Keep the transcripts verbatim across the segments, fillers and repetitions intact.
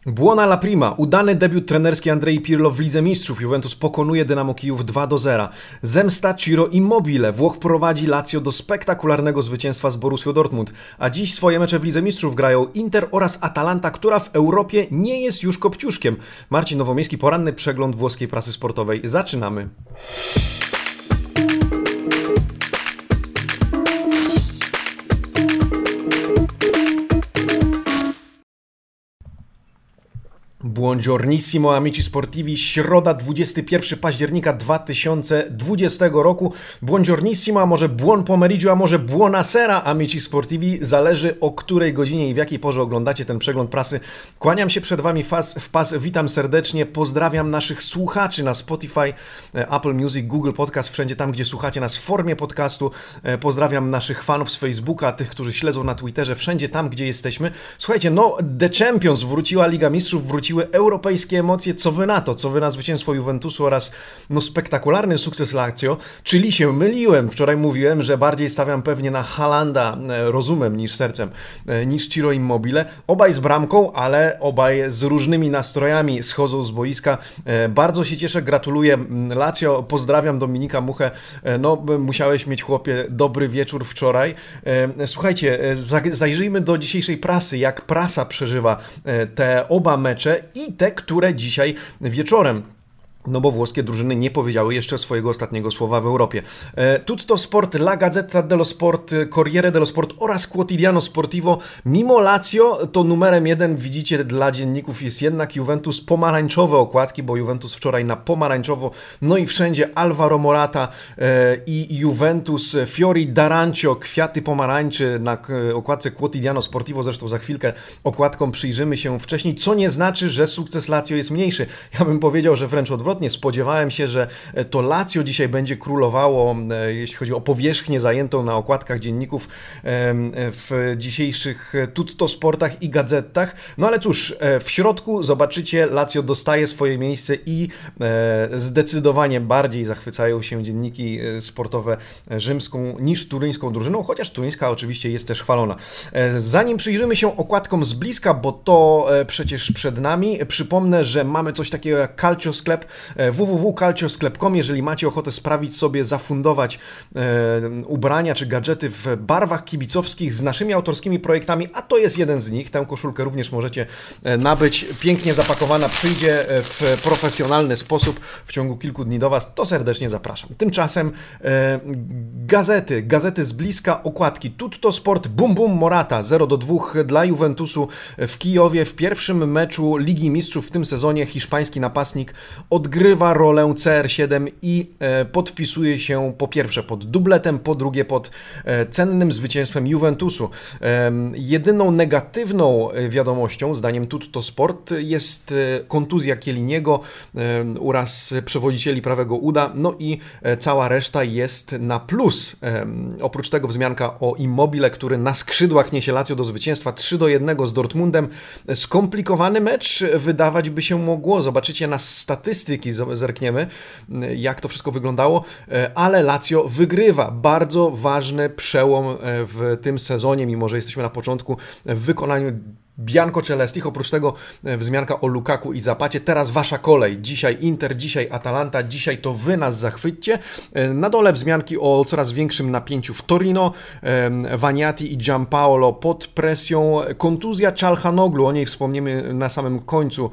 Buona la prima. Udany debiut trenerski Andrei Pirlo w Lidze Mistrzów. Juventus pokonuje Dynamo Kijów dwa do zera. Zemsta Ciro Immobile. Włoch prowadzi Lazio do spektakularnego zwycięstwa z Borussią Dortmund. A dziś swoje mecze w Lidze Mistrzów grają Inter oraz Atalanta, która w Europie nie jest już kopciuszkiem. Marcin Nowomiejski, poranny przegląd włoskiej prasy sportowej. Zaczynamy. Buongiornissimo amici sportivi, środa dwudziestego pierwszego października dwa tysiące dwudziestego roku. Buongiornissimo, a może buon pomeriggio, a może buonasera amici sportivi, zależy o której godzinie i w jakiej porze oglądacie ten przegląd prasy. Kłaniam się przed Wami w pas, witam serdecznie, pozdrawiam naszych słuchaczy na Spotify, Apple Music, Google Podcast, wszędzie tam, gdzie słuchacie nas w formie podcastu. Pozdrawiam naszych fanów z Facebooka, tych, którzy śledzą na Twitterze, wszędzie tam, gdzie jesteśmy. Słuchajcie, no The Champions, wróciła Liga Mistrzów, wróciły europejskie emocje, co wy na to, co wy na zwycięstwo Juventusu oraz no, spektakularny sukces Lazio, czyli się myliłem. Wczoraj mówiłem, że bardziej stawiam pewnie na Haalanda rozumem niż sercem, niż Ciro Immobile. Obaj z bramką, ale obaj z różnymi nastrojami schodzą z boiska. Bardzo się cieszę, gratuluję Lazio, pozdrawiam Dominika Muchę. No, musiałeś mieć, chłopie, dobry wieczór wczoraj. Słuchajcie, zajrzyjmy do dzisiejszej prasy, jak prasa przeżywa te oba mecze i te, które dzisiaj wieczorem. No bo włoskie drużyny nie powiedziały jeszcze swojego ostatniego słowa w Europie. Tutto Sport, La Gazzetta dello Sport, Corriere dello Sport oraz Quotidiano Sportivo. Mimo Lazio to numerem jeden, widzicie, dla dzienników jest jednak Juventus, pomarańczowe okładki, bo Juventus wczoraj na pomarańczowo, no i wszędzie Alvaro Morata i Juventus, Fiori d'Arancio, kwiaty pomarańczy na okładce Quotidiano Sportivo, zresztą za chwilkę okładką przyjrzymy się wcześniej, co nie znaczy, że sukces Lazio jest mniejszy. Ja bym powiedział, że wręcz odwrotnie. Spodziewałem się, że to Lazio dzisiaj będzie królowało, jeśli chodzi o powierzchnię zajętą na okładkach dzienników w dzisiejszych Tutto Sportach i gazetach. No ale cóż, w środku zobaczycie, Lazio dostaje swoje miejsce i zdecydowanie bardziej zachwycają się dzienniki sportowe rzymską niż turyńską drużyną, chociaż turyńska oczywiście jest też chwalona. Zanim przyjrzymy się okładkom z bliska, bo to przecież przed nami, przypomnę, że mamy coś takiego jak Calcio Sklep, w w w kropka calcio sklep kropka com. Jeżeli macie ochotę sprawić sobie, zafundować e, ubrania czy gadżety w barwach kibicowskich z naszymi autorskimi projektami, a to jest jeden z nich, tę koszulkę również możecie nabyć, pięknie zapakowana, przyjdzie w profesjonalny sposób w ciągu kilku dni do Was, to serdecznie zapraszam. Tymczasem e, gazety, gazety z bliska, okładki. Tutto Sport, bum bum Morata, zero do dwóch dla Juventusu w Kijowie. W pierwszym meczu Ligi Mistrzów w tym sezonie hiszpański napastnik odgrywa rolę C R siedem i e, podpisuje się po pierwsze pod dubletem, po drugie pod e, cennym zwycięstwem Juventusu. E, jedyną negatywną wiadomością, zdaniem Tutto Sport, jest e, kontuzja Chielliniego, e, uraz przewodzicieli prawego uda, no i e, cała reszta jest na plus. E, oprócz tego wzmianka o Immobile, który na skrzydłach niesie Lazio do zwycięstwa trzy do jednego z Dortmundem. Skomplikowany mecz wydawać by się mogło, zobaczycie na statystyki, zerkniemy, jak to wszystko wyglądało, ale Lazio wygrywa. Bardzo ważny przełom w tym sezonie, mimo że jesteśmy na początku, w wykonaniu Bianco Celestich. Oprócz tego wzmianka o Lukaku i Zapacie. Teraz wasza kolej. Dzisiaj Inter, dzisiaj Atalanta, dzisiaj to wy nas zachwyćcie. Na dole wzmianki o coraz większym napięciu w Torino. Vaniati i Giampaolo pod presją. Kontuzja Çalhanoglu, o niej wspomniemy na samym końcu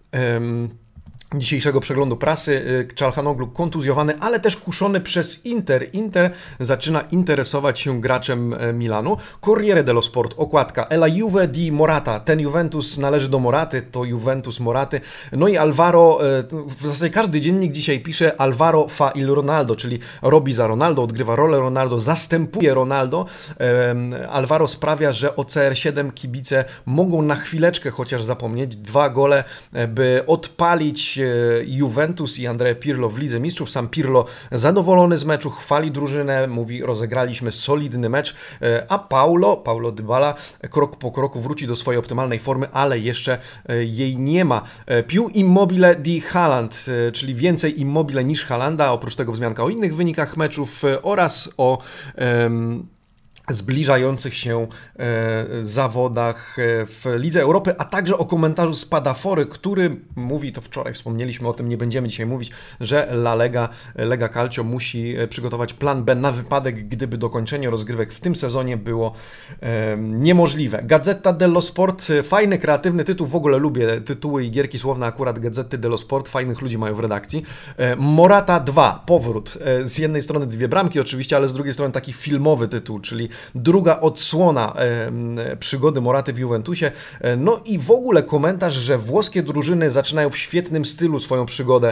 dzisiejszego przeglądu prasy. Çalhanoglu kontuzjowany, ale też kuszony przez Inter. Inter zaczyna interesować się graczem Milanu. Corriere dello Sport, okładka Ela Juve di Morata. Ten Juventus należy do Moraty, to Juventus Moraty. No i Alvaro, w zasadzie każdy dziennik dzisiaj pisze Alvaro fa il Ronaldo, czyli robi za Ronaldo, odgrywa rolę Ronaldo, zastępuje Ronaldo. Alvaro sprawia, że o C R siedem kibice mogą na chwileczkę chociaż zapomnieć. Dwa gole, by odpalić Juventus i Andrea Pirlo w Lidze Mistrzów. Sam Pirlo zadowolony z meczu, chwali drużynę, mówi, rozegraliśmy solidny mecz, a Paulo, Paulo Dybala krok po kroku wróci do swojej optymalnej formy, ale jeszcze jej nie ma. Più Immobile di Haaland, czyli więcej Immobile niż Haalanda, oprócz tego wzmianka o innych wynikach meczów oraz o um, zbliżających się e, zawodach w Lidze Europy, a także o komentarzu Spadafory, który mówi, to wczoraj wspomnieliśmy o tym, nie będziemy dzisiaj mówić, że La Lega, Lega Calcio musi przygotować plan B na wypadek, gdyby dokończenie rozgrywek w tym sezonie było e, niemożliwe. Gazzetta dello Sport, fajny, kreatywny tytuł, w ogóle lubię tytuły i gierki słowne akurat Gazzety dello Sport, fajnych ludzi mają w redakcji. E, Morata dwa, powrót. E, z jednej strony dwie bramki oczywiście, ale z drugiej strony taki filmowy tytuł, czyli druga odsłona e, przygody Moraty w Juventusie. E, no i w ogóle komentarz, że włoskie drużyny zaczynają w świetnym stylu swoją przygodę e,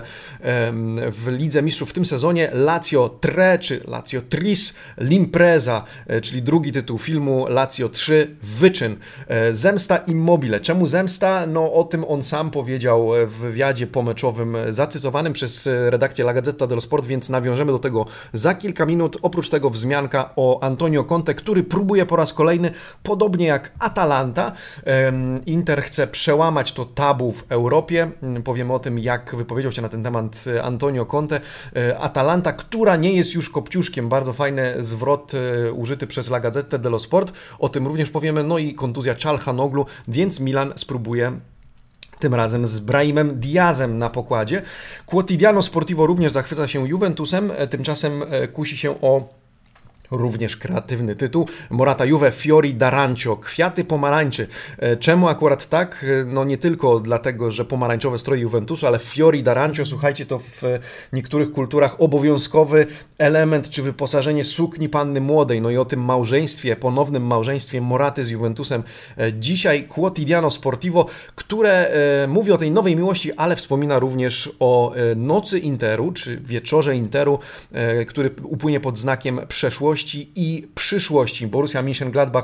w Lidze Mistrzów w tym sezonie. Lazio tre, czy Lazio Tris, L'Impresa, e, czyli drugi tytuł filmu, Lazio trzy, Wyczyn. E, zemsta Immobile. Czemu zemsta? No o tym on sam powiedział w wywiadzie pomeczowym zacytowanym przez redakcję La Gazzetta dello Sport, więc nawiążemy do tego za kilka minut. Oprócz tego wzmianka o Antonio Conte, który próbuje po raz kolejny, podobnie jak Atalanta. Inter chce przełamać to tabu w Europie. Powiemy o tym, jak wypowiedział się na ten temat Antonio Conte. Atalanta, która nie jest już kopciuszkiem. Bardzo fajny zwrot użyty przez La Gazzetta dello Sport. O tym również powiemy. No i kontuzja Çalhanoglu, więc Milan spróbuje tym razem z Brahimem Diazem na pokładzie. Quotidiano Sportivo również zachwyca się Juventusem, tymczasem kusi się o również kreatywny tytuł. Morata Juve Fiori d'Arancio, kwiaty pomarańczy. Czemu akurat tak? No nie tylko dlatego, że pomarańczowe stroje Juventusu, ale Fiori d'Arancio, słuchajcie, to w niektórych kulturach obowiązkowy element czy wyposażenie sukni panny młodej. No i o tym małżeństwie, ponownym małżeństwie Moraty z Juventusem dzisiaj Quotidiano Sportivo, które mówi o tej nowej miłości, ale wspomina również o nocy Interu, czy wieczorze Interu, który upłynie pod znakiem przeszłości i przyszłości. Borussia Mönchengladbach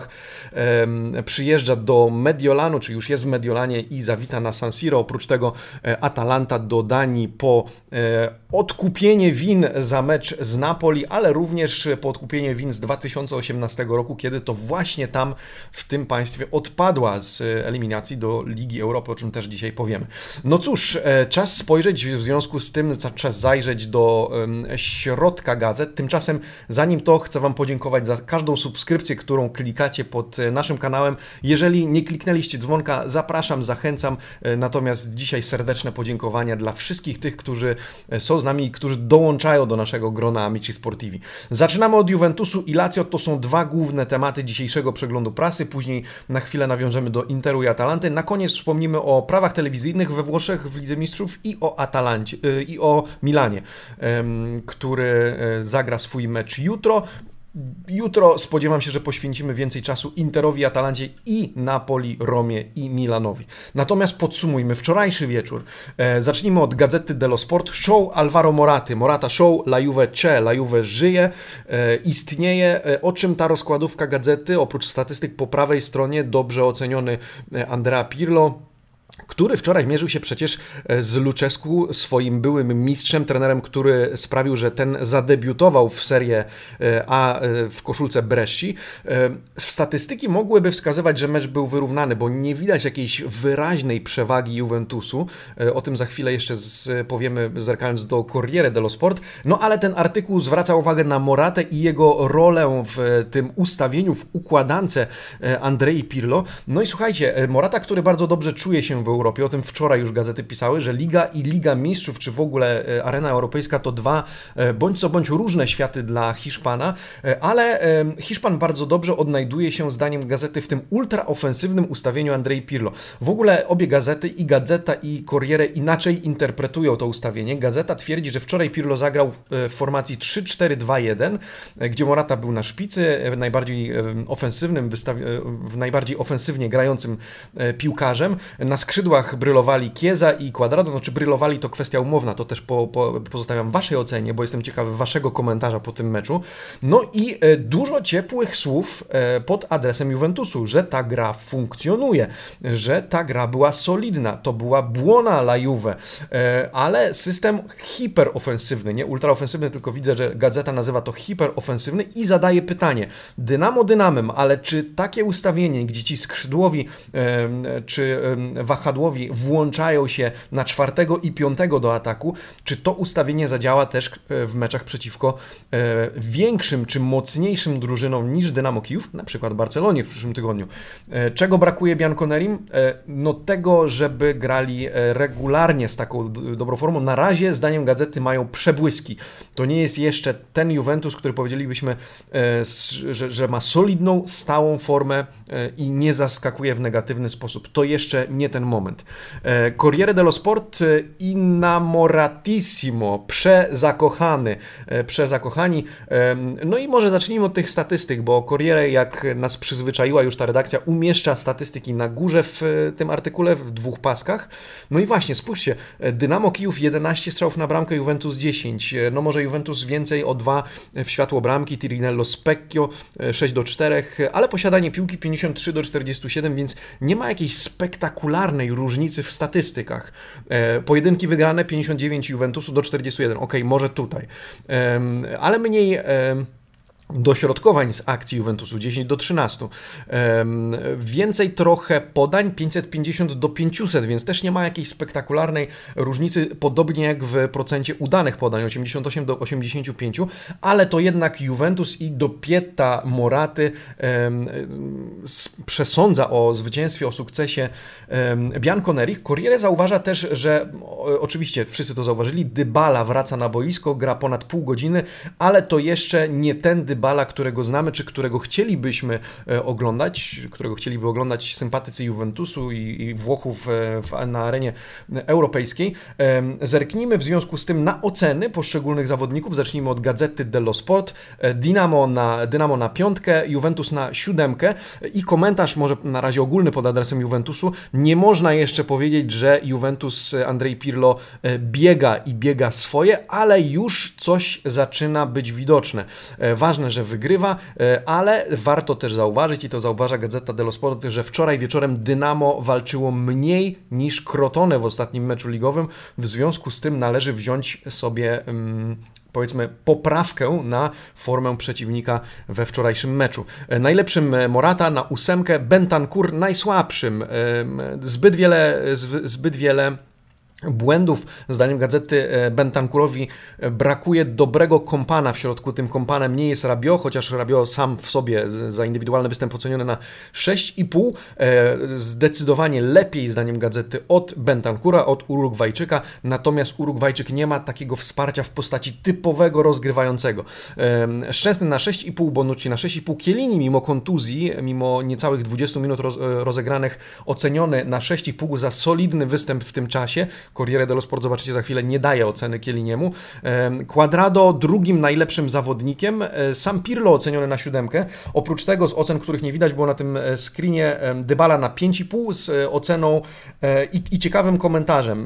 e, przyjeżdża do Mediolanu, czy już jest w Mediolanie i zawita na San Siro. Oprócz tego e, Atalanta do Danii po e, odkupienie win za mecz z Napoli, ale również po odkupienie win z dwa tysiące osiemnastego roku, kiedy to właśnie tam w tym państwie odpadła z eliminacji do Ligi Europy, o czym też dzisiaj powiemy. No cóż, e, czas spojrzeć w związku z tym, czas zajrzeć do e, środka gazet. Tymczasem, zanim to, chcę Wam podziękować za każdą subskrypcję, którą klikacie pod naszym kanałem. Jeżeli nie kliknęliście dzwonka, zapraszam, zachęcam. Natomiast dzisiaj serdeczne podziękowania dla wszystkich tych, którzy są z nami i którzy dołączają do naszego grona Amici Sportivi. Zaczynamy od Juventusu i Lazio. To są dwa główne tematy dzisiejszego przeglądu prasy. Później na chwilę nawiążemy do Interu i Atalanty. Na koniec wspomnimy o prawach telewizyjnych we Włoszech w Lidze Mistrzów i o Atalancie i o Milanie, który zagra swój mecz jutro. Jutro spodziewam się, że poświęcimy więcej czasu Interowi, Atalancie i Napoli, Romie i Milanowi. Natomiast podsumujmy wczorajszy wieczór. E, zacznijmy od Gazzety dello Sport. Show Alvaro Moraty. Morata show, La Juve c'è, La Juve żyje, e, istnieje. E, o czym ta rozkładówka gazety? Oprócz statystyk po prawej stronie dobrze oceniony Andrea Pirlo, który wczoraj mierzył się przecież z Lucescu, swoim byłym mistrzem, trenerem, który sprawił, że ten zadebiutował w Serie A w koszulce Bresci. Statystyki mogłyby wskazywać, że mecz był wyrównany, bo nie widać jakiejś wyraźnej przewagi Juventusu. O tym za chwilę jeszcze z, powiemy, zerkając do Corriere dello Sport. No ale ten artykuł zwraca uwagę na Moratę i jego rolę w tym ustawieniu, w układance Andrei Pirlo. No i słuchajcie, Morata, który bardzo dobrze czuje się w Europie, o tym wczoraj już gazety pisały, że Liga i Liga Mistrzów, czy w ogóle arena europejska to dwa bądź co bądź różne światy dla Hiszpana, ale Hiszpan bardzo dobrze odnajduje się, zdaniem gazety, w tym ultraofensywnym ustawieniu Andrei Pirlo. W ogóle obie gazety, i Gazeta i Corriere, inaczej interpretują to ustawienie. Gazeta twierdzi, że wczoraj Pirlo zagrał w formacji trzy cztery dwa jeden, gdzie Morata był na szpicy, najbardziej ofensywnym, w najbardziej ofensywnie grającym piłkarzem. Na skrzydłach brylowali Chiesa i Cuadrado, no czy brylowali to kwestia umowna, to też po, po, pozostawiam Waszej ocenie, bo jestem ciekawy Waszego komentarza po tym meczu. No i e, dużo ciepłych słów e, pod adresem Juventusu, że ta gra funkcjonuje, że ta gra była solidna, to była błona la Juve, e, ale system hiperofensywny, nie ultraofensywny, tylko widzę, że gazeta nazywa to hiperofensywny i zadaje pytanie, Dynamo dynamem, ale czy takie ustawienie, gdzie ci skrzydłowi e, czy e, wahadłowi włączają się na czwartego i piątego do ataku, czy to ustawienie zadziała też w meczach przeciwko większym czy mocniejszym drużynom niż Dynamo Kijów, na przykład Barcelonie w przyszłym tygodniu. Czego brakuje Bianconerim? No tego, żeby grali regularnie z taką dobrą formą. Na razie, zdaniem gazety, mają przebłyski. To nie jest jeszcze ten Juventus, który powiedzielibyśmy, że, że ma solidną, stałą formę i nie zaskakuje w negatywny sposób. To jeszcze nie ten moment. Corriere dello Sport, innamoratissimo, przezakochany, przezakochani. No i może zacznijmy od tych statystyk, bo Corriere, jak nas przyzwyczaiła już ta redakcja, umieszcza statystyki na górze w tym artykule, w dwóch paskach. No i właśnie, spójrzcie, Dynamo Kijów jedenaście strzałów na bramkę, Juventus dziesięć. No może Juventus więcej o dwa w światło bramki, Tirinello Specchio sześć do czterech, ale posiadanie piłki pięćdziesiąt trzy do czterdziestu siedmiu, więc nie ma jakiejś spektakularnej różnicy w statystykach. Pojedynki wygrane pięćdziesiąt dziewięć Juventusu do czterdziestu jeden. Ok, może tutaj. Ale mniej dośrodkowań z akcji Juventusu, dziesięć do trzynastu. Um, więcej trochę podań, pięćset pięćdziesiąt do pięciuset, więc też nie ma jakiejś spektakularnej różnicy, podobnie jak w procencie udanych podań, osiemdziesiąt osiem do osiemdziesięciu pięciu, ale to jednak Juventus i do Pieta Moraty um, przesądza o zwycięstwie, o sukcesie um, Bianconerich. Corriere zauważa też, że o, oczywiście wszyscy to zauważyli, Dybala wraca na boisko, gra ponad pół godziny, ale to jeszcze nie ten Dybala, którego znamy, czy którego chcielibyśmy oglądać, którego chcieliby oglądać sympatycy Juventusu i, i Włochów w, na arenie europejskiej. Zerknijmy w związku z tym na oceny poszczególnych zawodników. Zacznijmy od Gazety dello Sport. Dynamo na, Dynamo na piątkę, Juventus na siódemkę i komentarz może na razie ogólny pod adresem Juventusu. Nie można jeszcze powiedzieć, że Juventus Andrei Pirlo biega i biega swoje, ale już coś zaczyna być widoczne. Ważne, że wygrywa, ale warto też zauważyć, i to zauważa Gazeta dello Sport, że wczoraj wieczorem Dynamo walczyło mniej niż Crotone w ostatnim meczu ligowym. W związku z tym należy wziąć sobie, powiedzmy, poprawkę na formę przeciwnika we wczorajszym meczu. Najlepszym Morata, na ósemkę, Bentancur najsłabszym. Zbyt wiele, zbyt wiele błędów, zdaniem gazety, Bentancurowi brakuje dobrego kompana w środku. Tym kompanem nie jest Rabiot, chociaż Rabiot sam w sobie za indywidualny występ oceniony na sześć i pół. Zdecydowanie lepiej, zdaniem gazety, od Bentancura, od Urugwajczyka, natomiast Urugwajczyk nie ma takiego wsparcia w postaci typowego rozgrywającego. Szczęsny na sześć i pół, Bonucci na sześć i pół, Chiellini mimo kontuzji, mimo niecałych dwudziestu minut rozegranych, oceniony na sześć i pół za solidny występ w tym czasie. Corriere dello Sport, zobaczycie za chwilę, nie daje oceny Chielliniemu. Quadrado drugim najlepszym zawodnikiem, sam Pirlo oceniony na siódemkę. Oprócz tego z ocen, których nie widać było na tym screenie, Dybala na pięć i pół z oceną i, i ciekawym komentarzem.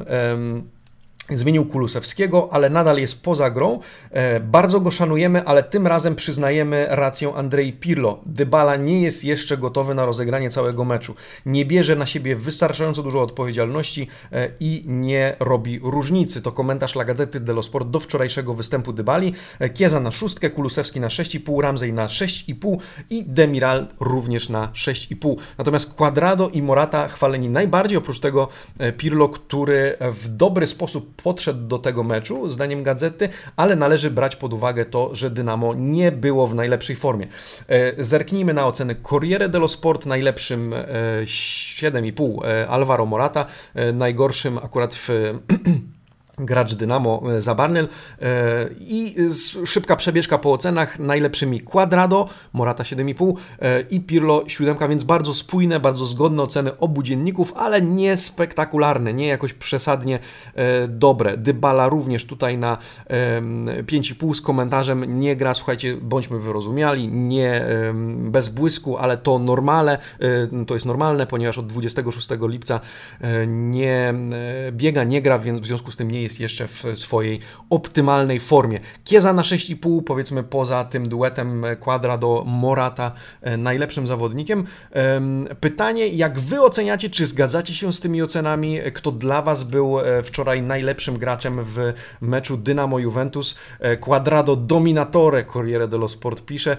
Zmienił Kulusewskiego, ale nadal jest poza grą. E, bardzo go szanujemy, ale tym razem przyznajemy rację Andrei Pirlo. Dybala nie jest jeszcze gotowy na rozegranie całego meczu. Nie bierze na siebie wystarczająco dużo odpowiedzialności e, i nie robi różnicy. To komentarz La Gazety dello Sport do wczorajszego występu Dybali. E, Chiesa na szóstkę, Kulusewski na sześć i pół, Ramsey na sześć i pół i Demiral również na sześć i pół. Natomiast Quadrado i Morata chwaleni najbardziej, oprócz tego e, Pirlo, który w dobry sposób podszedł do tego meczu, zdaniem gazety, ale należy brać pod uwagę to, że Dynamo nie było w najlepszej formie. Zerknijmy na oceny Corriere dello Sport, najlepszym siedem i pół Alvaro Morata, najgorszym akurat w gracz Dynamo Zabarnyl i szybka przebieżka po ocenach, najlepszymi Quadrado, Morata siedem i pół i Pirlo siódemka, więc bardzo spójne, bardzo zgodne oceny obu dzienników, ale nie spektakularne, nie jakoś przesadnie dobre. Dybala również tutaj na pięć i pół z komentarzem: nie gra, słuchajcie, bądźmy wyrozumiali, nie bez błysku, ale to normalne, to jest normalne, ponieważ od dwudziestego szóstego lipca nie biega, nie gra, więc w związku z tym nie jest jest jeszcze w swojej optymalnej formie. Chiesa na sześć i pół, powiedzmy poza tym duetem Cuadrado Morata najlepszym zawodnikiem. Pytanie, jak wy oceniacie, czy zgadzacie się z tymi ocenami? Kto dla was był wczoraj najlepszym graczem w meczu Dynamo Juventus? Cuadrado dominatore, Corriere dello Sport pisze.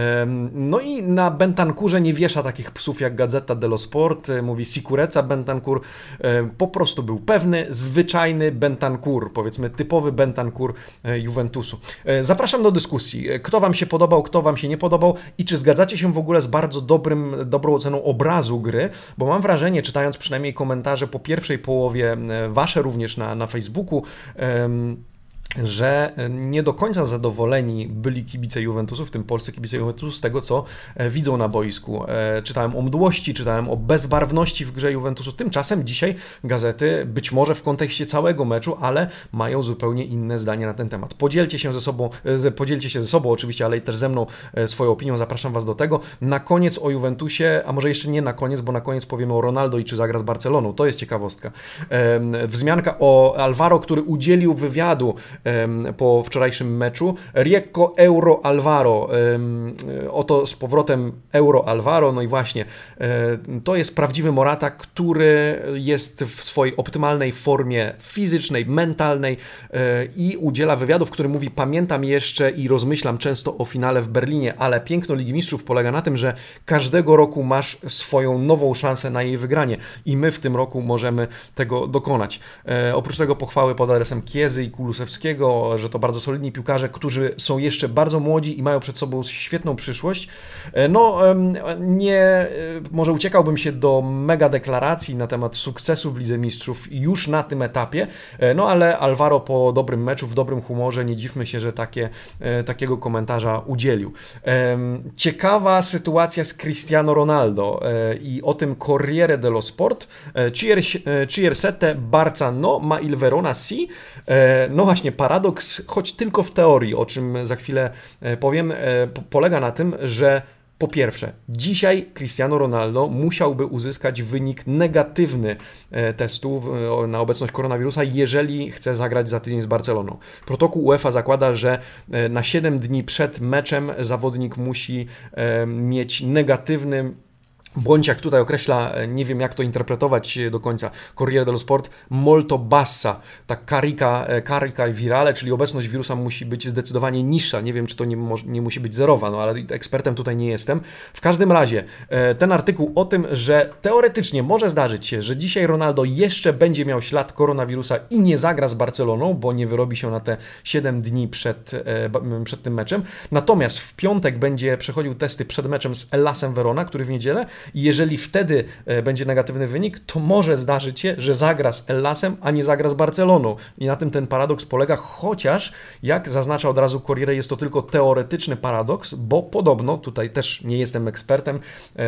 No i na Bentancurze nie wiesza takich psów jak Gazzetta dello Sport. Mówi Sicurezza Bentancur. Po prostu był pewny, zwyczajny Bentancur, powiedzmy typowy Bentancur Juventusu. Zapraszam do dyskusji. Kto wam się podobał, kto wam się nie podobał i czy zgadzacie się w ogóle z bardzo dobrym, dobrą oceną obrazu gry, bo mam wrażenie, czytając przynajmniej komentarze po pierwszej połowie, wasze również na, na Facebooku, um, że nie do końca zadowoleni byli kibice Juventusu, w tym polscy kibice Juventusu, z tego, co widzą na boisku. Czytałem o mdłości, czytałem o bezbarwności w grze Juventusu. Tymczasem dzisiaj gazety, być może w kontekście całego meczu, ale mają zupełnie inne zdanie na ten temat. Podzielcie się ze sobą, podzielcie się ze sobą oczywiście, ale też ze mną swoją opinią. Zapraszam was do tego. Na koniec o Juventusie, a może jeszcze nie na koniec, bo na koniec powiemy o Ronaldo i czy zagra z Barceloną. To jest ciekawostka. Wzmianka o Alvaro, który udzielił wywiadu po wczorajszym meczu. Riecco Euro Alvaro. Oto z powrotem Euro Alvaro. No i właśnie, to jest prawdziwy Morata, który jest w swojej optymalnej formie fizycznej, mentalnej i udziela wywiadu, w którym mówi: pamiętam jeszcze i rozmyślam często o finale w Berlinie, ale piękno Ligi Mistrzów polega na tym, że każdego roku masz swoją nową szansę na jej wygranie i my w tym roku możemy tego dokonać. Oprócz tego pochwały pod adresem Chiesy i Kulusewskiego, że to bardzo solidni piłkarze, którzy są jeszcze bardzo młodzi i mają przed sobą świetną przyszłość. No, nie, może uciekałbym się do mega deklaracji na temat sukcesu w Lidze Mistrzów już na tym etapie, no ale Alvaro po dobrym meczu, w dobrym humorze, nie dziwmy się, że takie, takiego komentarza udzielił. Ciekawa sytuacja z Cristiano Ronaldo i o tym Corriere dello Sport. Ciersete Barca no, ma il Verona si. No właśnie, paradoks, choć tylko w teorii, o czym za chwilę powiem, polega na tym, że po pierwsze, dzisiaj Cristiano Ronaldo musiałby uzyskać wynik negatywny testu na obecność koronawirusa, jeżeli chce zagrać za tydzień z Barceloną. Protokół UEFA zakłada, że na siedem dni przed meczem zawodnik musi mieć negatywny, bądź jak tutaj określa, nie wiem jak to interpretować do końca, Corriere dello Sport, molto bassa, ta carica, carica virale, czyli obecność wirusa musi być zdecydowanie niższa. Nie wiem, czy to nie, nie musi być zerowa, no ale ekspertem tutaj nie jestem. W każdym razie ten artykuł o tym, że teoretycznie może zdarzyć się, że dzisiaj Ronaldo jeszcze będzie miał ślad koronawirusa i nie zagra z Barceloną, bo nie wyrobi się na te siedem dni przed, przed tym meczem. Natomiast w piątek będzie przechodził testy przed meczem z Hellasem Verona, który w niedzielę. I jeżeli wtedy będzie negatywny wynik, to może zdarzyć się, że zagra z Hellasem, a nie zagra z Barceloną. I na tym ten paradoks polega, chociaż, jak zaznacza od razu Corriere, jest to tylko teoretyczny paradoks, bo podobno, tutaj też nie jestem ekspertem,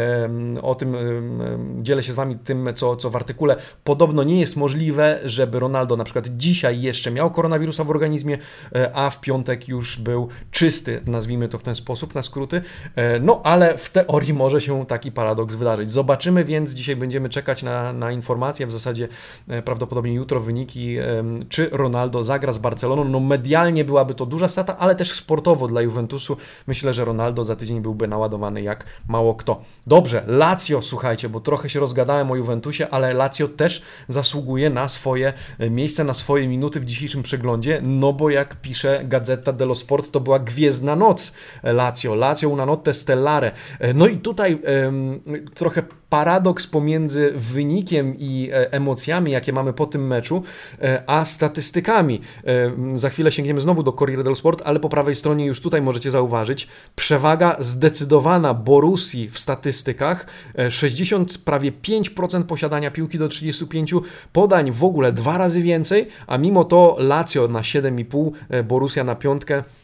o tym dzielę się z wami tym, co, co w artykule, podobno nie jest możliwe, żeby Ronaldo na przykład dzisiaj jeszcze miał koronawirusa w organizmie, a w piątek już był czysty, nazwijmy to w ten sposób, na skróty. No, ale w teorii może się taki paradoks wydarzyć. Zobaczymy, więc dzisiaj będziemy czekać na, na informacje, w zasadzie prawdopodobnie jutro wyniki, czy Ronaldo zagra z Barceloną. No medialnie byłaby to duża strata, ale też sportowo dla Juventusu. Myślę, że Ronaldo za tydzień byłby naładowany jak mało kto. Dobrze, Lazio, słuchajcie, bo trochę się rozgadałem o Juventusie, ale Lazio też zasługuje na swoje miejsce, na swoje minuty w dzisiejszym przeglądzie, no bo jak pisze Gazzetta dello Sport, to była gwiezdna noc Lazio. Lazio una notte stellare. No i tutaj um, trochę paradoks pomiędzy wynikiem i emocjami, jakie mamy po tym meczu, a statystykami. Za chwilę sięgniemy znowu do Corriere dello Sport, ale po prawej stronie już tutaj możecie zauważyć przewaga zdecydowana Borussii w statystykach. sześćdziesiąt prawie pięć procent posiadania piłki do trzydziestu pięciu, podań w ogóle dwa razy więcej, a mimo to Lazio na siedem i pół, Borussia na piątkę.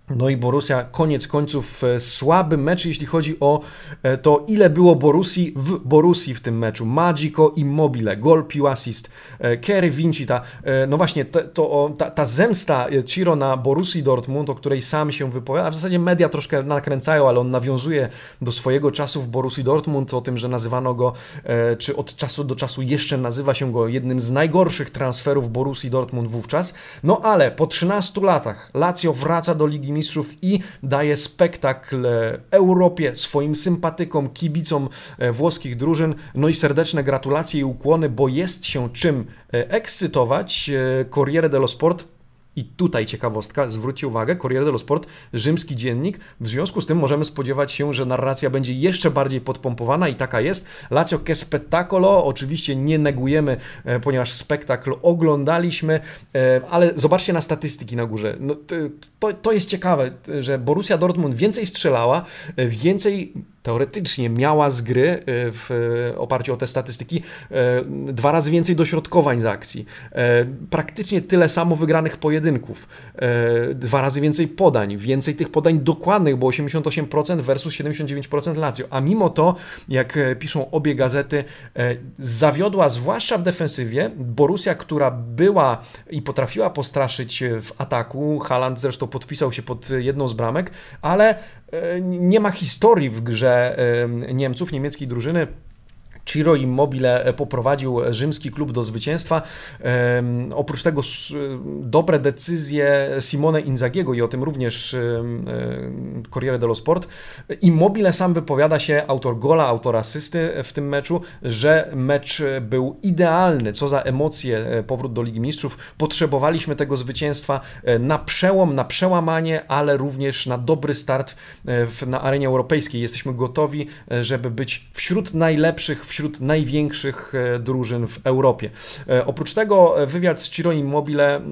No i Borussia koniec końców słaby mecz, jeśli chodzi o to, ile było Borussii w Borussii w tym meczu. Magico Immobile, gol, pił, assist. Kery Vinci, ta, no właśnie to, to, ta, ta zemsta Ciro na Borussii Dortmund, o której sam się wypowiada, w zasadzie media troszkę nakręcają, ale on nawiązuje do swojego czasu w Borussii Dortmund, o tym, że nazywano go, czy od czasu do czasu jeszcze nazywa się go jednym z najgorszych transferów Borussii Dortmund wówczas. No ale po trzynastu latach Lazio wraca do Ligi Mistrzów i daje spektakl Europie, swoim sympatykom, kibicom włoskich drużyn. No i serdeczne gratulacje i ukłony, bo jest się czym ekscytować. Corriere dello Sport. I tutaj ciekawostka, zwróćcie uwagę, Corriere dello Sport, rzymski dziennik, w związku z tym możemy spodziewać się, że narracja będzie jeszcze bardziej podpompowana i taka jest. Lazio che spettacolo, oczywiście nie negujemy, ponieważ spektakl oglądaliśmy, ale zobaczcie na statystyki na górze. No, to, to jest ciekawe, że Borussia Dortmund więcej strzelała, więcej teoretycznie miała z gry w oparciu o te statystyki dwa razy więcej dośrodkowań z akcji. Praktycznie tyle samo wygranych pojedynków. Dwa razy więcej podań. Więcej tych podań dokładnych, bo osiemdziesiąt osiem procent versus siedemdziesiąt dziewięć procent Lazio. A mimo to, jak piszą obie gazety, zawiodła zwłaszcza w defensywie. Borussia, która była i potrafiła postraszyć w ataku. Haaland zresztą podpisał się pod jedną z bramek, ale nie ma historii w grze Niemców, niemieckiej drużyny. Ciro Immobile poprowadził rzymski klub do zwycięstwa. Um, oprócz tego dobre decyzje Simone Inzaghiego i o tym również um, Corriere dello Sport. Immobile sam wypowiada się, autor gola, autor asysty w tym meczu, że mecz był idealny. Co za emocje, powrót do Ligi Mistrzów. Potrzebowaliśmy tego zwycięstwa na przełom, na przełamanie, ale również na dobry start w, na arenie europejskiej. Jesteśmy gotowi, żeby być wśród najlepszych, wśród największych drużyn w Europie. Oprócz tego wywiad z Ciro Immobile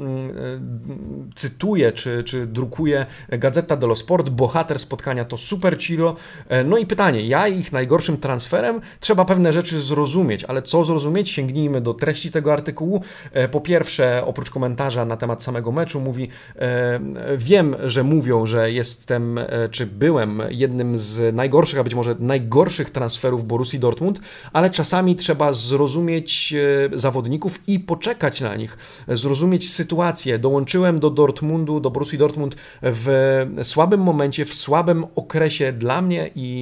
cytuje, czy, czy drukuje Gazzetta dello Sport. Bohater spotkania to Super Ciro. No i pytanie, ja ich najgorszym transferem? Trzeba pewne rzeczy zrozumieć, ale co zrozumieć? Sięgnijmy do treści tego artykułu. Po pierwsze, oprócz komentarza na temat samego meczu mówi, wiem, że mówią, że jestem, czy byłem jednym z najgorszych, a być może najgorszych transferów Borussii Dortmund, ale czasami trzeba zrozumieć zawodników i poczekać na nich, zrozumieć sytuację. Dołączyłem do Dortmundu, do Borussii Dortmund w słabym momencie, w słabym okresie dla mnie i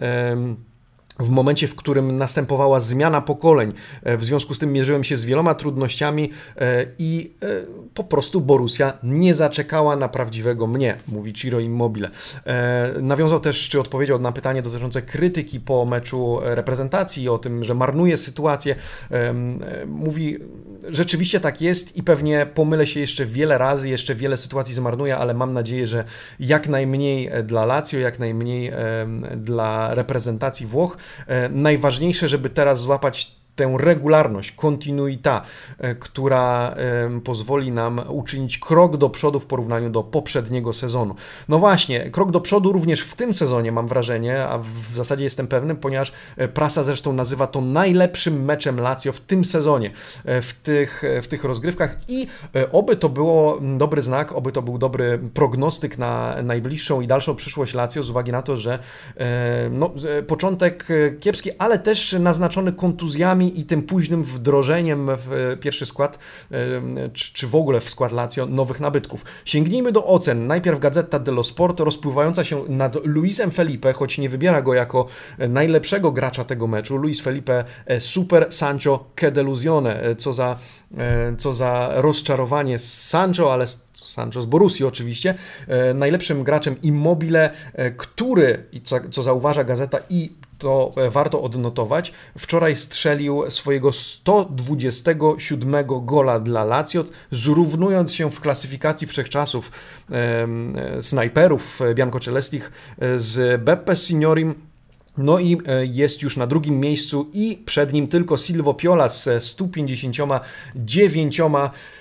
w momencie, w którym następowała zmiana pokoleń. W związku z tym mierzyłem się z wieloma trudnościami i po prostu Borussia nie zaczekała na prawdziwego mnie, mówi Ciro Immobile. Nawiązał też, czy odpowiedział na pytanie dotyczące krytyki po meczu reprezentacji, o tym, że marnuje sytuację. Mówi, rzeczywiście tak jest i pewnie pomylę się jeszcze wiele razy, jeszcze wiele sytuacji zmarnuję, ale mam nadzieję, że jak najmniej dla Lazio, jak najmniej dla reprezentacji Włoch. Najważniejsze, żeby teraz złapać tę regularność, kontinuita, która pozwoli nam uczynić krok do przodu w porównaniu do poprzedniego sezonu. No właśnie, krok do przodu również w tym sezonie mam wrażenie, a w zasadzie jestem pewny, ponieważ prasa zresztą nazywa to najlepszym meczem Lazio w tym sezonie, w tych, w tych rozgrywkach i oby to było dobry znak, oby to był dobry prognostyk na najbliższą i dalszą przyszłość Lazio z uwagi na to, że no, początek kiepski, ale też naznaczony kontuzjami i tym późnym wdrożeniem w pierwszy skład, czy w ogóle w skład Lazio nowych nabytków. Sięgnijmy do ocen. Najpierw Gazzetta dello Sport rozpływająca się nad Luisem Felipe, choć nie wybiera go jako najlepszego gracza tego meczu. Luis Felipe super, Sancho che delusione. Co za, co za rozczarowanie z Sancho, ale Sancho z Borussii oczywiście. Najlepszym graczem Immobile, który, co, co zauważa gazeta i to warto odnotować, wczoraj strzelił swojego sto dwudziestego siódmego gola dla Lazio, zrównując się w klasyfikacji wszechczasów e, snajperów biancocelestich z Beppe Signorim. No i jest już na drugim miejscu i przed nim tylko Silvio Piola z stu pięćdziesięcioma dziewięcioma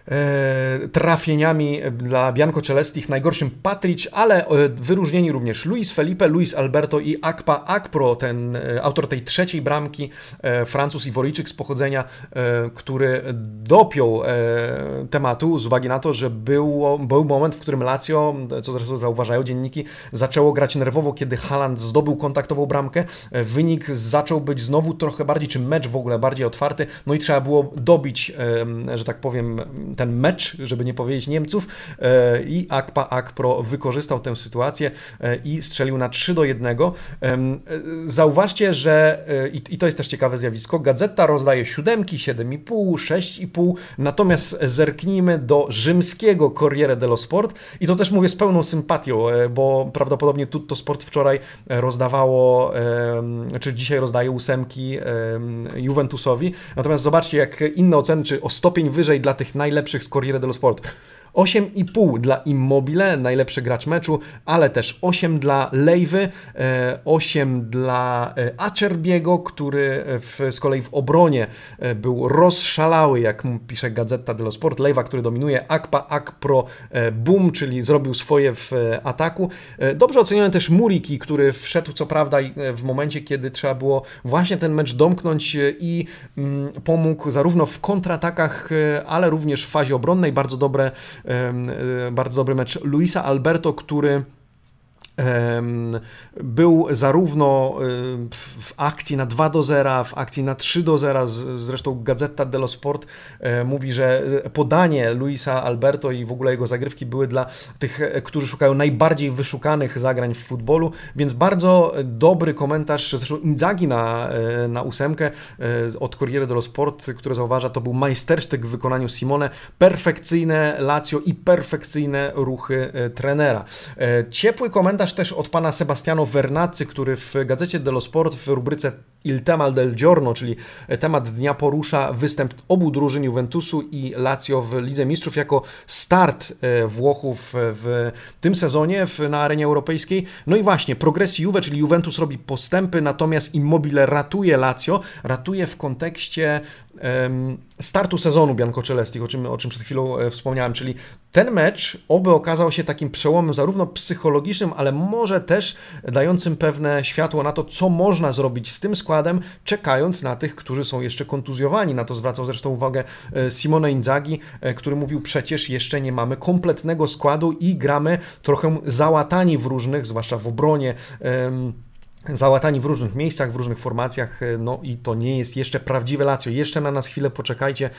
trafieniami dla Bianco Celestich, najgorszym Patrić, ale wyróżnieni również Luis Felipe, Luis Alberto i Akpa Akpro, ten autor tej trzeciej bramki, Francuz Iworyjczyk z pochodzenia, który dopiął tematu z uwagi na to, że było, był moment, w którym Lazio, co zresztą zauważają dzienniki, zaczęło grać nerwowo, kiedy Haaland zdobył kontaktową bramkę. Wynik zaczął być znowu trochę bardziej, czy mecz w ogóle bardziej otwarty, no i trzeba było dobić, że tak powiem, ten mecz, żeby nie powiedzieć Niemców, i Akpa Akpro wykorzystał tę sytuację i strzelił na trzy do jednego. Zauważcie, że, i to jest też ciekawe zjawisko, Gazeta rozdaje siódemki, siedem i pół, sześć i pół, natomiast zerknijmy do rzymskiego Corriere dello Sport i to też mówię z pełną sympatią, bo prawdopodobnie Tutto Sport wczoraj rozdawało, czy dzisiaj rozdaje ósemki Juventusowi, natomiast zobaczcie, jak inne oceny, czy o stopień wyżej dla tych najlepszych z Corriere dello Sport. osiem i pół dla Immobile, najlepszy gracz meczu, ale też osiem dla Lejwy, osiem dla Acerbiego, który w, z kolei w obronie był rozszalały, jak pisze Gazzetta dello Sport. Lejwa, który dominuje, Akpa Akpro boom, czyli zrobił swoje w ataku. Dobrze oceniony też Muriki, który wszedł co prawda w momencie, kiedy trzeba było właśnie ten mecz domknąć i pomógł zarówno w kontratakach, ale również w fazie obronnej. Bardzo dobre Bardzo dobry mecz Luisa Alberto, który był zarówno w akcji na dwa do zera, w akcji na trzy do zera, zresztą Gazzetta dello Sport mówi, że podanie Luisa Alberto i w ogóle jego zagrywki były dla tych, którzy szukają najbardziej wyszukanych zagrań w futbolu, więc bardzo dobry komentarz, zresztą Inzaghi na, na ósemkę od Corriere dello Sport, który zauważa, to był majstersztyk w wykonaniu Simone, perfekcyjne Lazio i perfekcyjne ruchy trenera. Ciepły komentarz też od pana Sebastiano Vernazzi, który w Gazecie dello Sport w rubryce Il tema del giorno, czyli temat dnia, porusza występ obu drużyn Juventusu i Lazio w Lidze Mistrzów jako start Włochów w tym sezonie na arenie europejskiej. No i właśnie, progresji Juve, czyli Juventus robi postępy, natomiast Immobile ratuje Lazio, ratuje w kontekście um, startu sezonu Bianco Celestich, o czym, o czym przed chwilą wspomniałem, czyli ten mecz oby okazał się takim przełomem zarówno psychologicznym, ale może też dającym pewne światło na to, co można zrobić z tym składem, czekając na tych, którzy są jeszcze kontuzjowani. Na to zwracał zresztą uwagę Simone Inzaghi, który mówił, przecież jeszcze nie mamy kompletnego składu i gramy trochę załatani w różnych, zwłaszcza w obronie, załatani w różnych miejscach, w różnych formacjach, no i to nie jest jeszcze prawdziwe Lazio. Jeszcze na nas chwilę poczekajcie,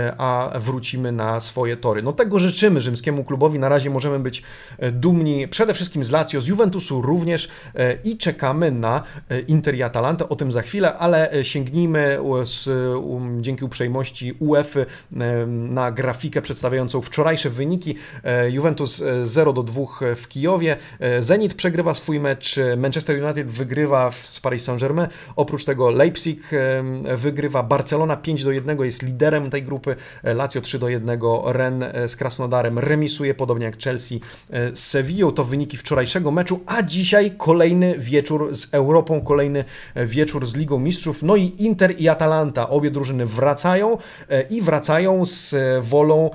a wrócimy na swoje tory. No tego życzymy rzymskiemu klubowi. Na razie możemy być dumni przede wszystkim z Lazio, z Juventusu również i czekamy na Inter i Atalantę. O tym za chwilę, ale sięgnijmy z, um, dzięki uprzejmości UEFA na grafikę przedstawiającą wczorajsze wyniki. Juventus zero do dwóch w Kijowie. Zenit przegrywa swój mecz. Manchester United wygrywa z Paris Saint-Germain. Oprócz tego Leipzig wygrywa, Barcelona pięć do jednego, jest liderem tej grupy, Lazio trzy do jednego, Rennes z Krasnodarem remisuje, podobnie jak Chelsea z Sevillą. To wyniki wczorajszego meczu, a dzisiaj kolejny wieczór z Europą, kolejny wieczór z Ligą Mistrzów. No i Inter i Atalanta, obie drużyny wracają i wracają z wolą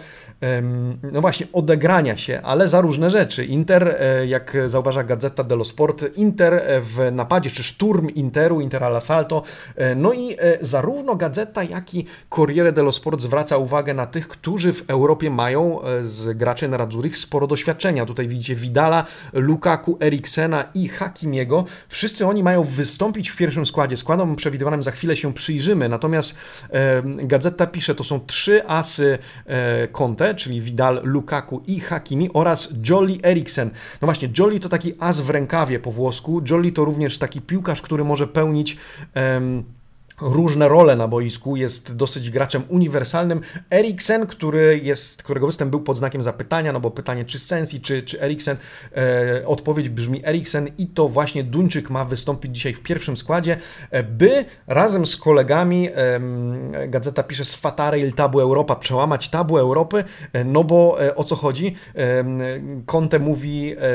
no właśnie, odegrania się, ale za różne rzeczy. Inter, jak zauważa Gazzetta dello Sport, Inter w napadzie, czy szturm Interu, Inter all'assalto. No i zarówno Gazeta, jak i Corriere dello Sport zwraca uwagę na tych, którzy w Europie mają z graczy nerazzurich sporo doświadczenia. Tutaj widzicie Vidala, Lukaku, Eriksena i Hakimiego. Wszyscy oni mają wystąpić w pierwszym składzie. Składom przewidywanym za chwilę się przyjrzymy. Natomiast Gazeta pisze, to są trzy asy Conte, czyli Vidal, Lukaku i Hakimi oraz Jolly Eriksen. No właśnie, Jolly to taki as w rękawie po włosku. Jolly to również taki piłkarz, który może pełnić um, różne role na boisku, jest dosyć graczem uniwersalnym. Eriksen, który jest, którego występ był pod znakiem zapytania, no bo pytanie, czy Sensi, czy, czy Eriksen, e, odpowiedź brzmi Eriksen i to właśnie Duńczyk ma wystąpić dzisiaj w pierwszym składzie, by razem z kolegami, e, Gazeta pisze, sfatare il tabu Europa, przełamać tabu Europy, e, no bo e, o co chodzi? E, Conte mówi, e,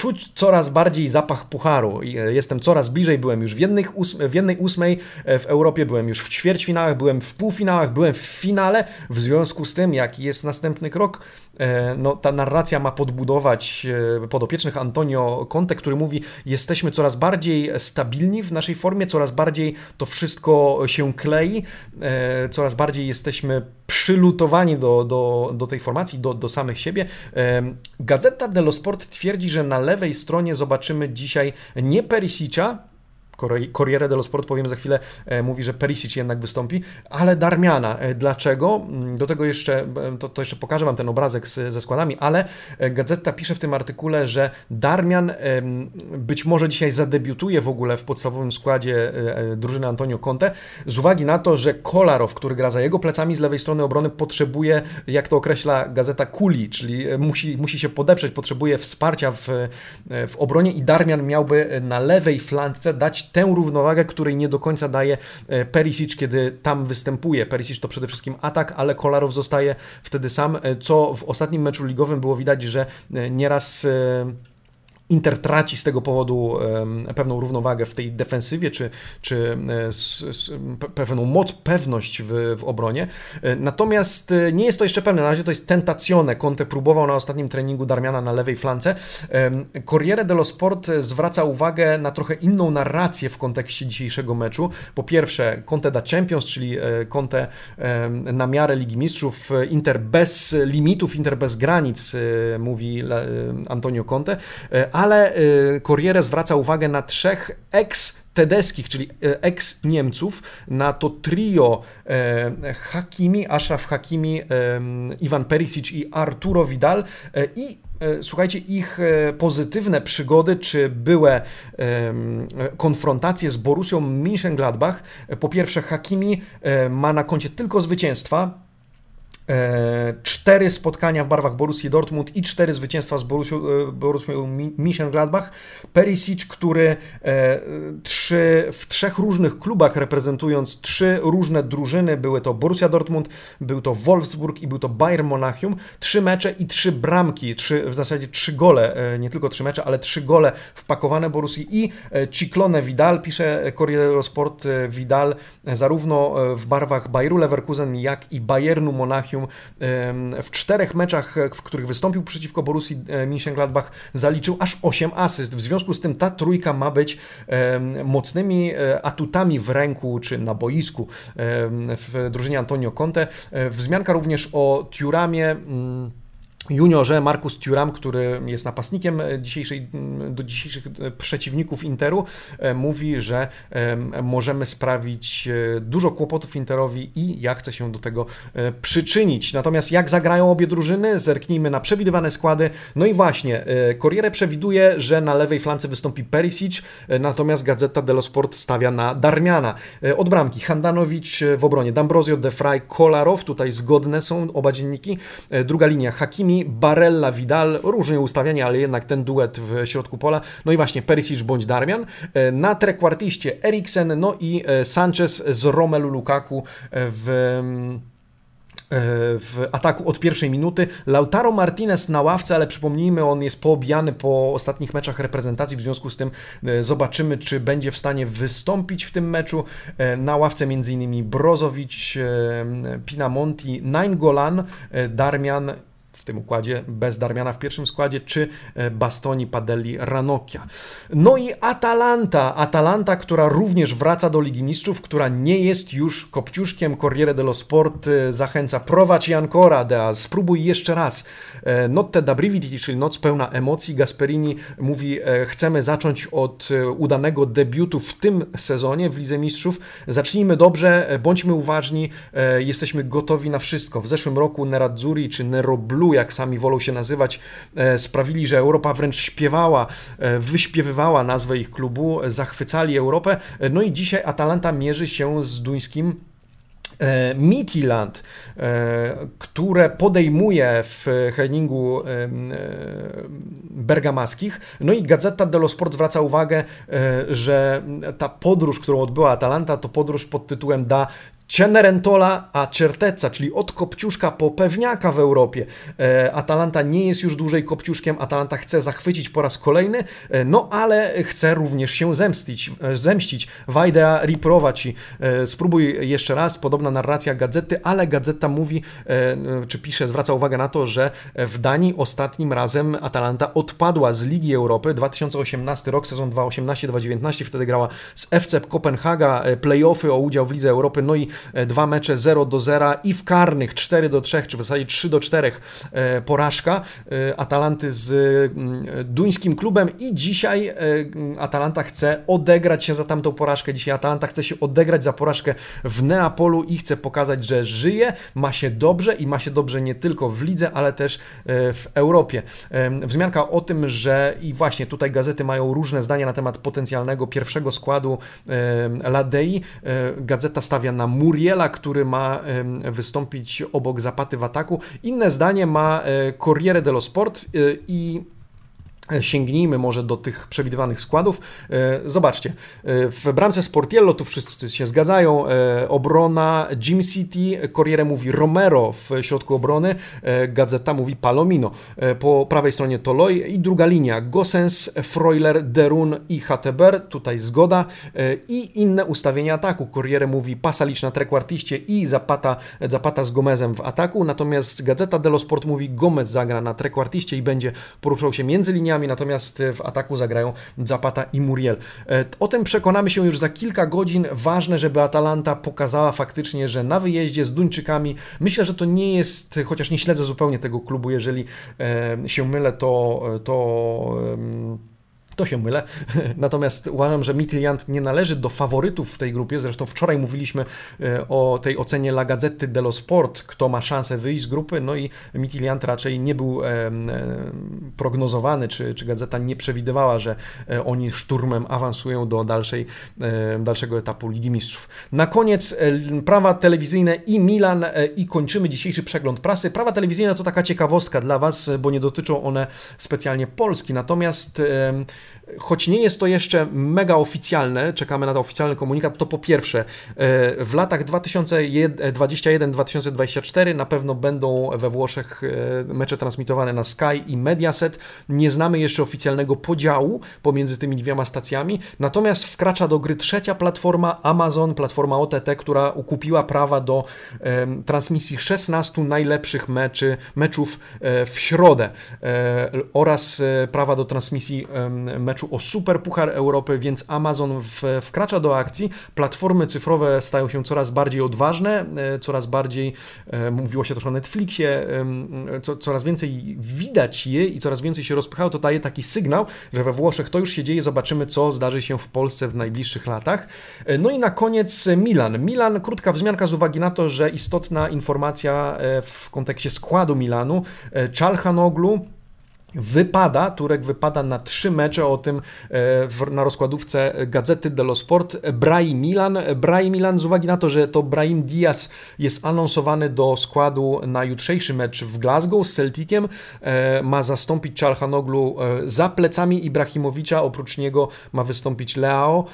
czuć coraz bardziej zapach pucharu. Jestem coraz bliżej, byłem już w, jednych, w jednej ósmej w Europie, byłem już w ćwierćfinałach, byłem w półfinałach, byłem w finale. W związku z tym, jaki jest następny krok, no, ta narracja ma podbudować podopiecznych Antonio Conte, który mówi, jesteśmy coraz bardziej stabilni w naszej formie, coraz bardziej to wszystko się klei, coraz bardziej jesteśmy przylutowani do, do, do tej formacji, do, do samych siebie. Gazeta dello Sport twierdzi, że na lewej stronie zobaczymy dzisiaj nie Perisic'a, Corriere dello Sport, powiem za chwilę, mówi, że Perisic jednak wystąpi, ale Darmiana. Dlaczego? Do tego jeszcze, to, to jeszcze pokażę Wam ten obrazek z, ze składami, ale Gazeta pisze w tym artykule, że Darmian być może dzisiaj zadebiutuje w ogóle w podstawowym składzie drużyny Antonio Conte, z uwagi na to, że Kolarov, który gra za jego plecami z lewej strony obrony, potrzebuje, jak to określa Gazeta, kuli, czyli musi, musi się podeprzeć, potrzebuje wsparcia w, w obronie i Darmian miałby na lewej flance dać tę równowagę, której nie do końca daje Perisic, kiedy tam występuje. Perisic to przede wszystkim atak, ale Kolarov zostaje wtedy sam, co w ostatnim meczu ligowym było widać, że nieraz Inter traci z tego powodu pewną równowagę w tej defensywie, czy, czy pewną moc, pewność w, w obronie. Natomiast nie jest to jeszcze pewne. Na razie to jest tentazione. Conte próbował na ostatnim treningu Darmiana na lewej flance. Corriere dello Sport zwraca uwagę na trochę inną narrację w kontekście dzisiejszego meczu. Po pierwsze, Conte da Champions, czyli Conte na miarę Ligi Mistrzów. Inter bez limitów, Inter bez granic, mówi Antonio Conte. Ale Corriere zwraca uwagę na trzech ex-tedeskich, czyli ex-Niemców, na to trio Hakimi, Achraf Hakimi, Ivan Perisic i Arturo Vidal i słuchajcie, ich pozytywne przygody, czy były konfrontacje z Borussią Mönchengladbach. Po pierwsze, Hakimi ma na koncie tylko zwycięstwa, cztery spotkania w barwach Borussii Dortmund i cztery zwycięstwa z Borussią, Borussią Mönchengladbach. Perisic, który trzy, w trzech różnych klubach reprezentując trzy różne drużyny, były to Borussia Dortmund, był to Wolfsburg i był to Bayern Monachium. Trzy mecze i trzy bramki, trzy, w zasadzie trzy gole, nie tylko trzy mecze, ale trzy gole wpakowane Borussii i Ciclone Vidal, pisze Corriere dello Sport, Vidal zarówno w barwach Bayeru Leverkusen, jak i Bayernu Monachium w czterech meczach, w których wystąpił przeciwko Borussii Mönchengladbach, zaliczył aż osiem asyst. W związku z tym ta trójka ma być mocnymi atutami w ręku czy na boisku w drużynie Antonio Conte. Wzmianka również o Thuramie juniorze, Marcus Thuram, który jest napastnikiem dzisiejszej, do dzisiejszych przeciwników Interu, mówi, że możemy sprawić dużo kłopotów Interowi i ja chcę się do tego przyczynić. Natomiast jak zagrają obie drużyny? Zerknijmy na przewidywane składy. No i właśnie, Corriere przewiduje, że na lewej flance wystąpi Perisic, natomiast Gazeta dello Sport stawia na Darmiana. Od bramki Handanovic, w obronie D'Ambrosio, De Vrij, Kolarov, tutaj zgodne są oba dzienniki. Druga linia Hakimi, Barella, Vidal, różnie ustawianie, ale jednak ten duet w środku pola. No i właśnie Perisic bądź Darmian. Na trekwartiście Eriksen, no i Sanchez z Romelu Lukaku w... w ataku od pierwszej minuty. Lautaro Martinez na ławce, ale przypomnijmy, on jest poobijany po ostatnich meczach reprezentacji, w związku z tym zobaczymy, czy będzie w stanie wystąpić w tym meczu. Na ławce m.in. Brozovic, Pinamonti, Nainggolan, Darmian, w tym układzie bez Darmiana w pierwszym składzie, czy Bastoni, Padelli, Ranocchia. No i Atalanta, Atalanta, która również wraca do Ligi Mistrzów, która nie jest już kopciuszkiem. Corriere dello Sport zachęca, prowadź ancora, Dea, spróbuj jeszcze raz. Notte da brividi, czyli noc pełna emocji. Gasperini mówi, chcemy zacząć od udanego debiutu w tym sezonie w Lidze Mistrzów. Zacznijmy dobrze, bądźmy uważni, jesteśmy gotowi na wszystko. W zeszłym roku Nerazzurri czy Nero Blu, jak sami wolą się nazywać, sprawili, że Europa wręcz śpiewała, wyśpiewywała nazwę ich klubu, zachwycali Europę. No i dzisiaj Atalanta mierzy się z duńskim Midtjylland, które podejmuje w Henningu bergamaskich. No i Gazeta dello Sport zwraca uwagę, że ta podróż, którą odbyła Atalanta, to podróż pod tytułem Da Cenerentola a certezza, czyli od kopciuszka po pewniaka w Europie. Atalanta nie jest już dłużej kopciuszkiem, Atalanta chce zachwycić po raz kolejny, no ale chce również się zemstić, zemścić. Vajda riprovaci. Spróbuj jeszcze raz, podobna narracja Gazety, ale Gazeta mówi, czy pisze, zwraca uwagę na to, że w Danii ostatnim razem Atalanta odpadła z Ligi Europy. dwa tysiące osiemnasty rok, sezon dwa tysiące osiemnasty dwa tysiące dziewiętnaście, wtedy grała z F C Kopenhaga, play-offy o udział w Lidze Europy, no i dwa mecze zero do zera i w karnych cztery do trzech, czy w zasadzie trzy do czterech porażka Atalanty z duńskim klubem i dzisiaj Atalanta chce odegrać się za tamtą porażkę. Dzisiaj Atalanta chce się odegrać za porażkę w Neapolu i chce pokazać, że żyje, ma się dobrze i ma się dobrze nie tylko w lidze, ale też w Europie. Wzmianka o tym, że i właśnie tutaj gazety mają różne zdania na temat potencjalnego pierwszego składu Ladei. Gazeta stawia na Muriela, który ma wystąpić obok Zapaty w ataku. Inne zdanie ma Corriere dello Sport i sięgnijmy może do tych przewidywanych składów. Zobaczcie, w bramce Sportiello tu wszyscy się zgadzają. Obrona Jim City, Corriere mówi Romero w środku obrony, Gazeta mówi Palomino. Po prawej stronie Toloi i druga linia Gosens, Freuler, Derun i Hateber, tutaj zgoda. I inne ustawienia ataku. Corriere mówi Pasalic na trequartiście i Zapata, Zapata z Gomezem w ataku, natomiast Gazeta dello Sport mówi Gomez zagra na trequartiście i będzie poruszał się między liniami, natomiast w ataku zagrają Zapata i Muriel. O tym przekonamy się już za kilka godzin. Ważne, żeby Atalanta pokazała faktycznie, że na wyjeździe z Duńczykami, myślę, że to nie jest, chociaż nie śledzę zupełnie tego klubu, jeżeli się mylę, to to To się mylę. Natomiast uważam, że Midtjylland nie należy do faworytów w tej grupie. Zresztą wczoraj mówiliśmy o tej ocenie La Gazzetta dello Sport, kto ma szansę wyjść z grupy. No i Midtjylland raczej nie był prognozowany, czy, czy Gazeta nie przewidywała, że oni szturmem awansują do dalszej, dalszego etapu Ligi Mistrzów. Na koniec prawa telewizyjne i Milan i kończymy dzisiejszy przegląd prasy. Prawa telewizyjne to taka ciekawostka dla Was, bo nie dotyczą one specjalnie Polski. Natomiast choć nie jest to jeszcze mega oficjalne, czekamy na to oficjalny komunikat, to po pierwsze w latach dwa tysiące dwudziestym pierwszym do dwa tysiące dwudziestego czwartego na pewno będą we Włoszech mecze transmitowane na Sky i Mediaset. Nie znamy jeszcze oficjalnego podziału pomiędzy tymi dwiema stacjami, natomiast wkracza do gry trzecia platforma Amazon, platforma O T T, która ukupiła prawa do um, transmisji szesnastu najlepszych meczy, meczów e, w środę e, oraz e, prawa do transmisji e, meczu o Super Puchar Europy, więc Amazon w, wkracza do akcji. Platformy cyfrowe stają się coraz bardziej odważne, coraz bardziej, mówiło się też o Netflixie, co, coraz więcej widać je i coraz więcej się rozpychało. To daje taki sygnał, że we Włoszech to już się dzieje. Zobaczymy, co zdarzy się w Polsce w najbliższych latach. No i na koniec Milan. Milan, krótka wzmianka z uwagi na to, że istotna informacja w kontekście składu Milanu. Çalhanoğlu wypada, Turek wypada na trzy mecze, o tym w, na rozkładówce Gazety dello Sport. Brahim Milan. Brahim Milan z uwagi na to, że to Brahim Diaz jest anonsowany do składu na jutrzejszy mecz w Glasgow z Celticiem, ma zastąpić Çalhanoğlu za plecami Ibrahimowicza, oprócz niego ma wystąpić Leao.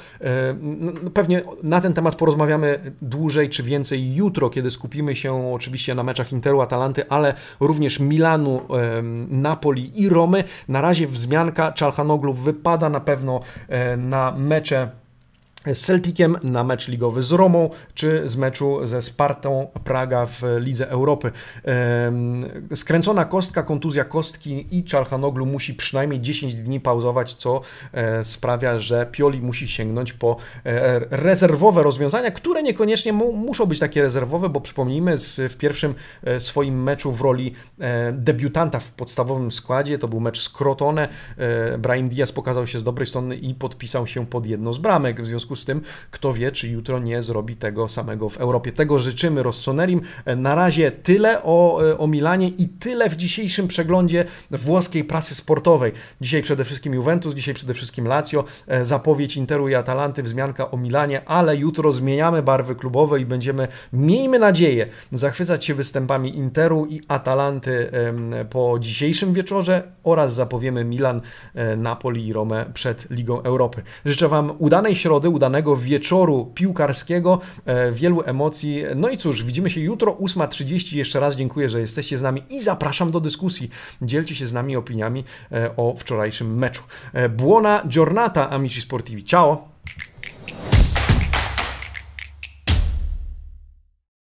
Pewnie na ten temat porozmawiamy dłużej czy więcej jutro, kiedy skupimy się oczywiście na meczach Interu, Atalanty, ale również Milanu, Napoli i Romy. Na razie wzmianka, Çalhanoğlu wypada na pewno na mecze z Celticiem, na mecz ligowy z Romą, czy z meczu ze Spartą Praga w Lidze Europy. Skręcona kostka, kontuzja kostki i Çalhanoğlu musi przynajmniej dziesięć dni pauzować, co sprawia, że Pioli musi sięgnąć po rezerwowe rozwiązania, które niekoniecznie mu, muszą być takie rezerwowe, bo przypomnijmy, w pierwszym swoim meczu w roli debiutanta w podstawowym składzie, to był mecz z Crotone, Brahim Diaz pokazał się z dobrej strony i podpisał się pod jedną z bramek. W związku z tym, kto wie, czy jutro nie zrobi tego samego w Europie. Tego życzymy Rossonerim. Na razie tyle o, o Milanie i tyle w dzisiejszym przeglądzie włoskiej prasy sportowej. Dzisiaj przede wszystkim Juventus, dzisiaj przede wszystkim Lazio, zapowiedź Interu i Atalanty, wzmianka o Milanie, ale jutro zmieniamy barwy klubowe i będziemy, miejmy nadzieję, zachwycać się występami Interu i Atalanty po dzisiejszym wieczorze oraz zapowiemy Milan, Napoli i Romę przed Ligą Europy. Życzę Wam udanej środy, udanego wieczoru piłkarskiego, wielu emocji. No i cóż, widzimy się jutro, ósma trzydzieści. Jeszcze raz dziękuję, że jesteście z nami i zapraszam do dyskusji. Dzielcie się z nami opiniami o wczorajszym meczu. Buona giornata, amici sportivi. Ciao!